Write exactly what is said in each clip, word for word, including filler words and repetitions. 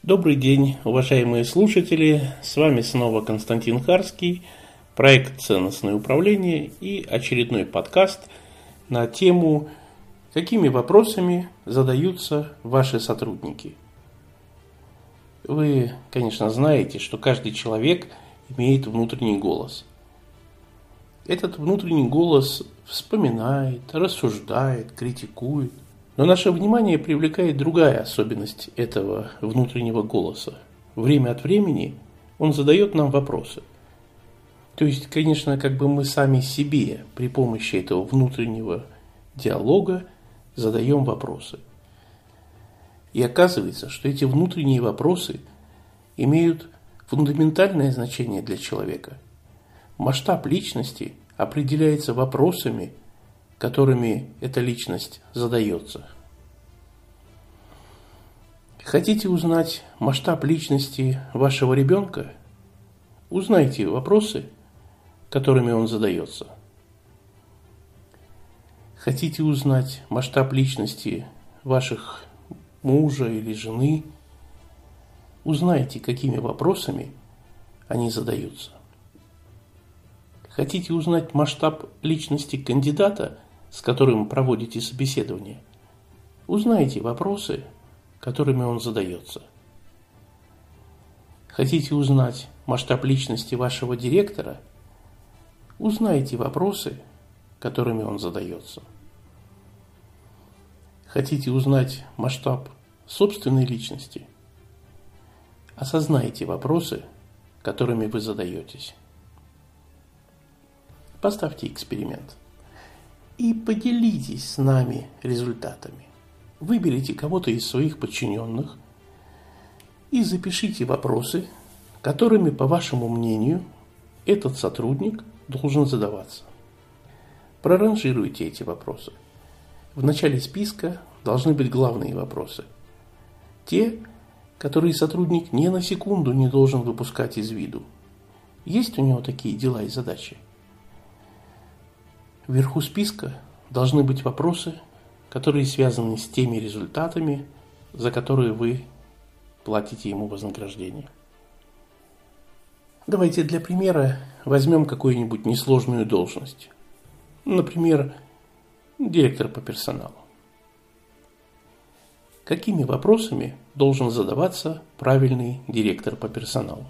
Добрый день, уважаемые слушатели, с вами снова Константин Харский, проект «Ценностное управление» и очередной подкаст на тему «Какими вопросами задаются ваши сотрудники?». Вы, конечно, знаете, что каждый человек имеет внутренний голос. Этот внутренний голос вспоминает, рассуждает, критикует. Но наше внимание привлекает другая особенность этого внутреннего голоса. Время от времени он задает нам вопросы. То есть, конечно, как бы мы сами себе при помощи этого внутреннего диалога задаем вопросы. И оказывается, что эти внутренние вопросы имеют фундаментальное значение для человека. Масштаб личности определяется вопросами, которыми эта личность задается. Хотите узнать масштаб личности вашего ребенка? Узнайте вопросы, которыми он задается. Хотите узнать масштаб личности ваших мужа или жены? Узнайте, какими вопросами они задаются. Хотите узнать масштаб личности кандидата, с которым проводите собеседование? Узнайте вопросы, которыми он задается. Хотите узнать масштаб личности вашего директора? Узнайте вопросы, которыми он задается. Хотите узнать масштаб собственной личности? Осознайте вопросы, которыми вы задаетесь. Поставьте эксперимент. И поделитесь с нами результатами. Выберите кого-то из своих подчиненных и запишите вопросы, которыми, по вашему мнению, этот сотрудник должен задаваться. Проранжируйте эти вопросы. В начале списка должны быть главные вопросы. Те, которые сотрудник ни на секунду не должен выпускать из виду. Есть у него такие дела и задачи? Вверху списка должны быть вопросы, которые связаны с теми результатами, за которые вы платите ему вознаграждение. Давайте для примера возьмем какую-нибудь несложную должность. Например, директор по персоналу. Какими вопросами должен задаваться правильный директор по персоналу?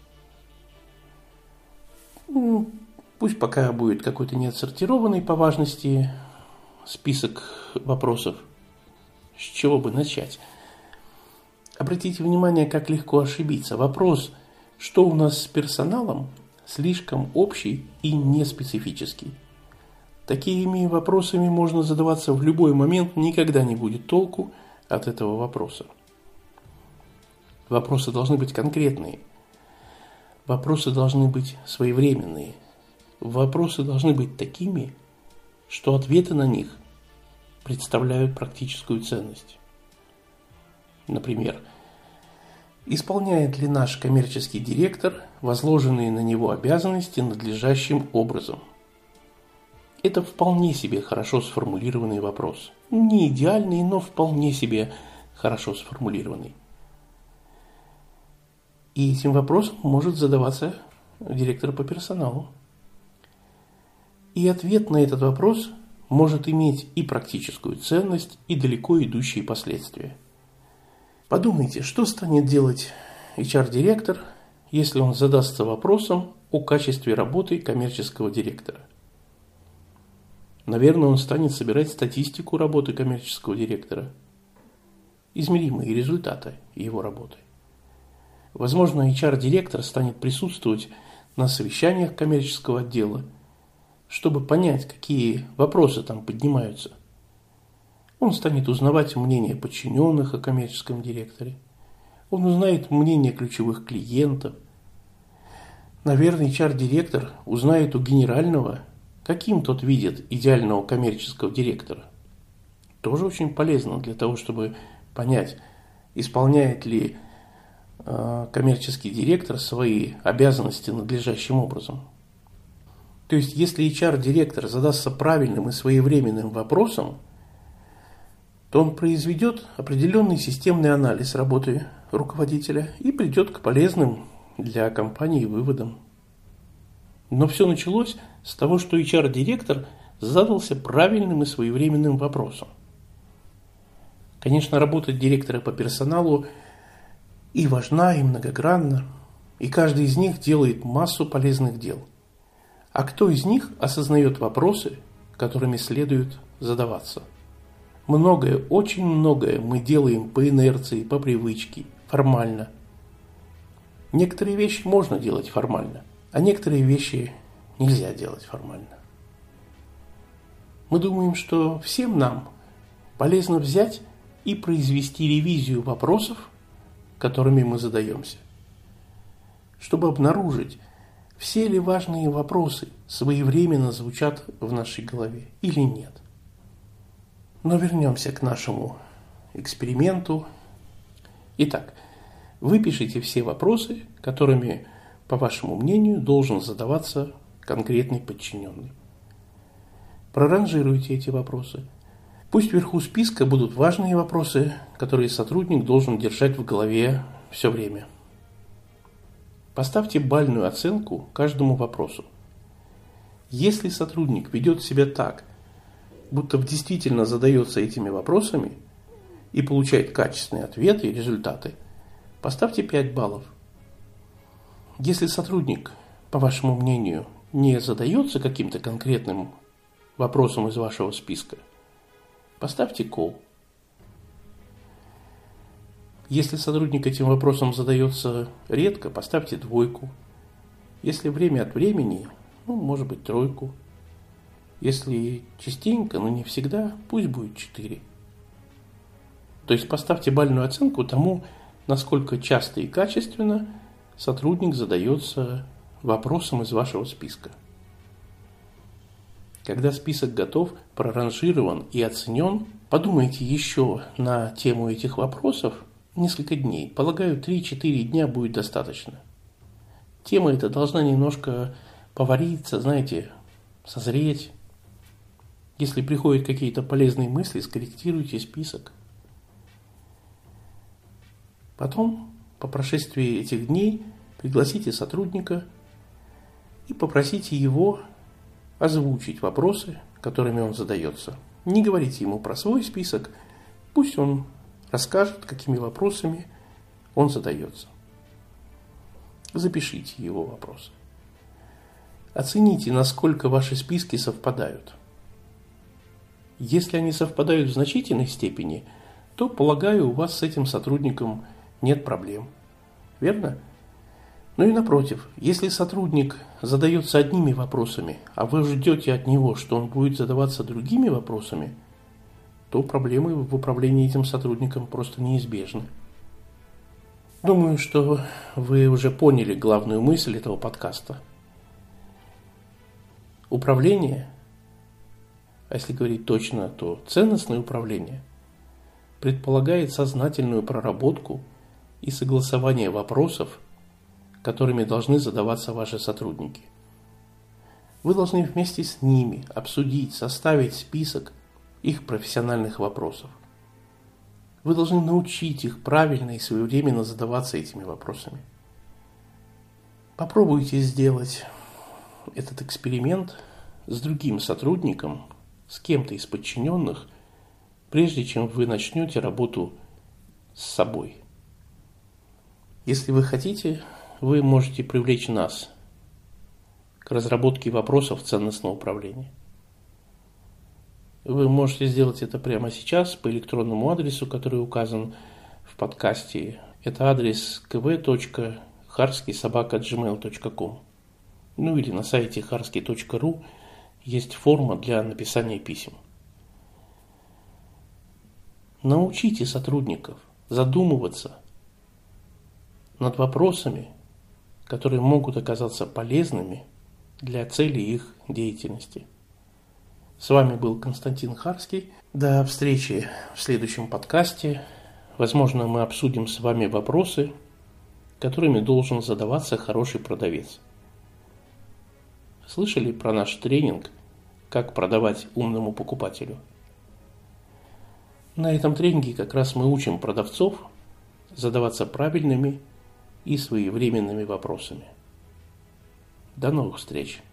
Пусть пока будет какой-то неотсортированный по важности список вопросов. С чего бы начать? Обратите внимание, как легко ошибиться. Вопрос, что у нас с персоналом, слишком общий и неспецифический. Такими вопросами можно задаваться в любой момент, никогда не будет толку от этого вопроса. Вопросы должны быть конкретные. Вопросы должны быть своевременные. Вопросы должны быть такими, что ответы на них представляют практическую ценность. Например, исполняет ли наш коммерческий директор возложенные на него обязанности надлежащим образом? Это вполне себе хорошо сформулированный вопрос. Не идеальный, но вполне себе хорошо сформулированный. И этим вопросом может задаваться директор по персоналу. И ответ на этот вопрос может иметь и практическую ценность, и далеко идущие последствия. Подумайте, что станет делать эйч ар-директор, если он задастся вопросом о качестве работы коммерческого директора. Наверное, он станет собирать статистику работы коммерческого директора, измеримые результаты его работы. Возможно, эйч ар-директор станет присутствовать на совещаниях коммерческого отдела, чтобы понять, какие вопросы там поднимаются. Он станет узнавать мнение подчиненных о коммерческом директоре. Он узнает мнение ключевых клиентов. Наверное, эйч ар-директор узнает у генерального, каким тот видит идеального коммерческого директора. Тоже очень полезно для того, чтобы понять, исполняет ли э, коммерческий директор свои обязанности надлежащим образом. То есть, если эйч ар-директор задастся правильным и своевременным вопросом, то он произведет определенный системный анализ работы руководителя и придет к полезным для компании выводам. Но все началось с того, что эйч ар-директор задался правильным и своевременным вопросом. Конечно, работа директора по персоналу и важна, и многогранна, и каждый из них делает массу полезных дел. А кто из них осознает вопросы, которыми следует задаваться? Многое, очень многое мы делаем по инерции, по привычке, формально. Некоторые вещи можно делать формально, а некоторые вещи нельзя делать формально. Мы думаем, что всем нам полезно взять и произвести ревизию вопросов, которыми мы задаемся, чтобы обнаружить, все ли важные вопросы своевременно звучат в нашей голове или нет. Но вернемся к нашему эксперименту. Итак, выпишите все вопросы, которыми, по вашему мнению, должен задаваться конкретный подчиненный. Проранжируйте эти вопросы. Пусть вверху списка будут важные вопросы, которые сотрудник должен держать в голове все время. Поставьте бальную оценку каждому вопросу. Если сотрудник ведет себя так, будто действительно задается этими вопросами и получает качественные ответы и результаты, поставьте пять баллов. Если сотрудник, по вашему мнению, не задается каким-то конкретным вопросом из вашего списка, поставьте кол. Если сотрудник этим вопросом задается редко, поставьте двойку. Если время от времени, ну, может быть, тройку. Если частенько, но не всегда, пусть будет четыре. То есть поставьте бальную оценку тому, насколько часто и качественно сотрудник задается вопросом из вашего списка. Когда список готов, проранжирован и оценен, подумайте еще на тему этих вопросов несколько дней. Полагаю, три-четыре дня будет достаточно. Тема эта должна немножко повариться, знаете, созреть. Если приходят какие-то полезные мысли, скорректируйте список. Потом, по прошествии этих дней, пригласите сотрудника и попросите его озвучить вопросы, которыми он задается. Не говорите ему про свой список, пусть он расскажет, какими вопросами он задается. Запишите его вопросы. Оцените, насколько ваши списки совпадают. Если они совпадают в значительной степени, то, полагаю, у вас с этим сотрудником нет проблем. Верно? Ну и напротив, если сотрудник задается одними вопросами, а вы ждете от него, что он будет задаваться другими вопросами, то проблемы в управлении этим сотрудником просто неизбежны. Думаю, что вы уже поняли главную мысль этого подкаста. Управление, а если говорить точно, то ценностное управление, предполагает сознательную проработку и согласование вопросов, которыми должны задаваться ваши сотрудники. Вы должны вместе с ними обсудить, составить список их профессиональных вопросов. Вы должны научить их правильно и своевременно задаваться этими вопросами. Попробуйте сделать этот эксперимент с другим сотрудником, с кем-то из подчиненных, прежде чем вы начнете работу с собой. Если вы хотите, вы можете привлечь нас к разработке вопросов ценностного управления. Вы можете сделать это прямо сейчас по электронному адресу, который указан в подкасте. Это адрес ка вэ точка харский собака джи мейл точка ком. Ну или на сайте харский точка ру есть форма для написания писем. Научите сотрудников задумываться над вопросами, которые могут оказаться полезными для целей их деятельности. С вами был Константин Харский. До встречи в следующем подкасте. Возможно, мы обсудим с вами вопросы, которыми должен задаваться хороший продавец. Слышали про наш тренинг «Как продавать умному покупателю»? На этом тренинге как раз мы учим продавцов задаваться правильными и своевременными вопросами. До новых встреч!